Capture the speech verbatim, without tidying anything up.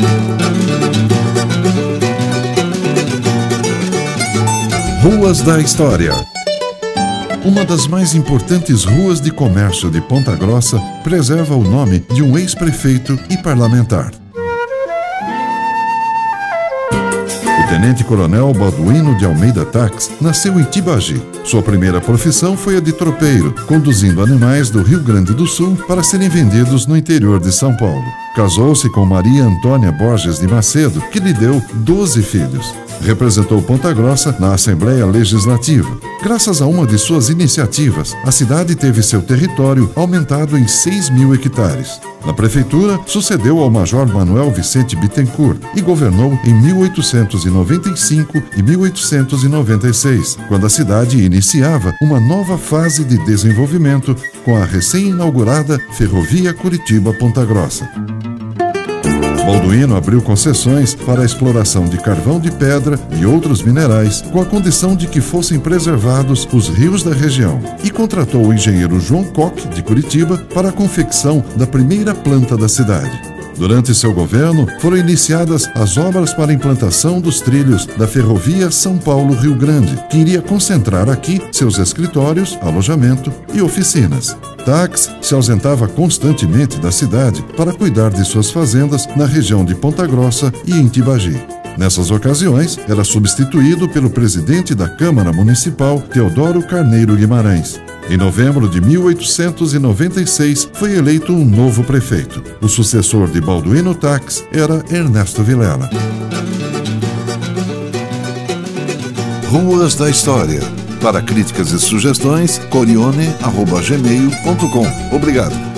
Ruas da História. Uma das mais importantes ruas de comércio de Ponta Grossa preserva o nome de um ex-prefeito e parlamentar. O tenente-coronel Balduino de Almeida Tax nasceu em Tibagi. Sua primeira profissão foi a de tropeiro, conduzindo animais do Rio Grande do Sul para serem vendidos no interior de São Paulo. Casou-se com Maria Antônia Borges de Macedo, que lhe deu doze filhos. Representou Ponta Grossa na Assembleia Legislativa. Graças a uma de suas iniciativas, a cidade teve seu território aumentado em seis mil hectares. Na prefeitura, sucedeu ao Major Manuel Vicente Bittencourt e governou em mil oitocentos e noventa e cinco e mil oitocentos e noventa e seis, quando a cidade iniciava uma nova fase de desenvolvimento com a recém-inaugurada Ferrovia Curitiba-Ponta Grossa. Balduino abriu concessões para a exploração de carvão de pedra e outros minerais, com a condição de que fossem preservados os rios da região, e contratou o engenheiro João Koch, de Curitiba, para a confecção da primeira planta da cidade. Durante seu governo, foram iniciadas as obras para a implantação dos trilhos da Ferrovia São Paulo-Rio Grande, que iria concentrar aqui seus escritórios, alojamento e oficinas. Tax se ausentava constantemente da cidade para cuidar de suas fazendas na região de Ponta Grossa e em Tibagi. Nessas ocasiões, era substituído pelo presidente da Câmara Municipal, Teodoro Carneiro Guimarães. Em novembro de mil oitocentos e noventa e seis, foi eleito um novo prefeito. O sucessor de Balduino Tax era Ernesto Vilela. Ruas da História. Para críticas e sugestões, corione arroba gmail ponto com. Obrigado.